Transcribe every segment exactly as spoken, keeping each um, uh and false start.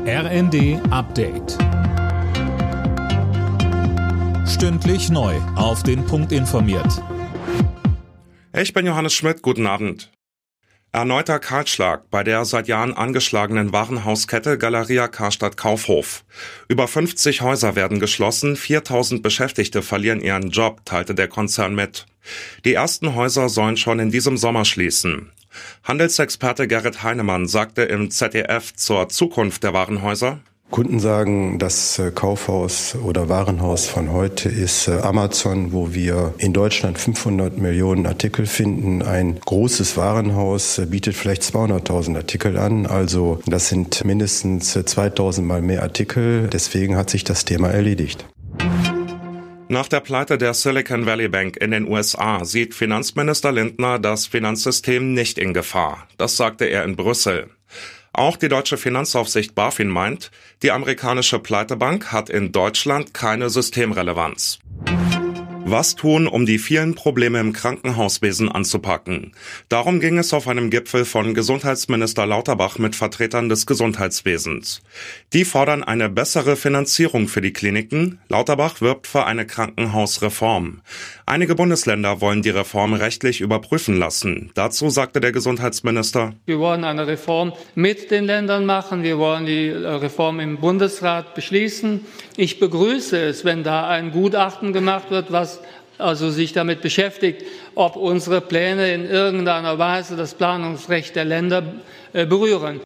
R N D Update. Stündlich neu auf den Punkt informiert. Ich bin Johannes Schmidt, guten Abend. Erneuter Kahlschlag bei der seit Jahren angeschlagenen Warenhauskette Galeria Karstadt Kaufhof. Über fünfzig Häuser werden geschlossen, viertausend Beschäftigte verlieren ihren Job, teilte der Konzern mit. Die ersten Häuser sollen schon in diesem Sommer schließen. Handelsexperte Gerrit Heinemann sagte im Z D F zur Zukunft der Warenhäuser: Kunden sagen, das Kaufhaus oder Warenhaus von heute ist Amazon, wo wir in Deutschland fünfhundert Millionen Artikel finden. Ein großes Warenhaus bietet vielleicht zweihunderttausend Artikel an. Also das sind mindestens zweitausend Mal mehr Artikel. Deswegen hat sich das Thema erledigt. Nach der Pleite der Silicon Valley Bank in den U S A sieht Finanzminister Lindner das Finanzsystem nicht in Gefahr. Das sagte er in Brüssel. Auch die deutsche Finanzaufsicht BaFin meint, die amerikanische Pleitebank hat in Deutschland keine Systemrelevanz. Was tun, um die vielen Probleme im Krankenhauswesen anzupacken? Darum ging es auf einem Gipfel von Gesundheitsminister Lauterbach mit Vertretern des Gesundheitswesens. Die fordern eine bessere Finanzierung für die Kliniken. Lauterbach wirbt für eine Krankenhausreform. Einige Bundesländer wollen die Reform rechtlich überprüfen lassen. Dazu sagte der Gesundheitsminister: Wir wollen eine Reform mit den Ländern machen. Wir wollen die Reform im Bundesrat beschließen. Ich begrüße es, wenn da ein Gutachten gemacht wird, was also sich damit beschäftigt, ob unsere Pläne in irgendeiner Weise das Planungsrecht der Länder berühren.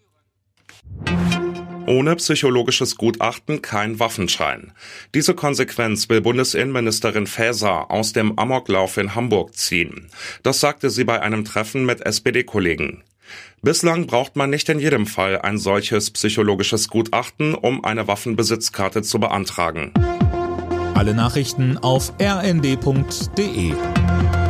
Ohne psychologisches Gutachten kein Waffenschein. Diese Konsequenz will Bundesinnenministerin Faeser aus dem Amoklauf in Hamburg ziehen. Das sagte sie bei einem Treffen mit S P D-Kollegen. Bislang braucht man nicht in jedem Fall ein solches psychologisches Gutachten, um eine Waffenbesitzkarte zu beantragen. Alle Nachrichten auf r n d punkt d e.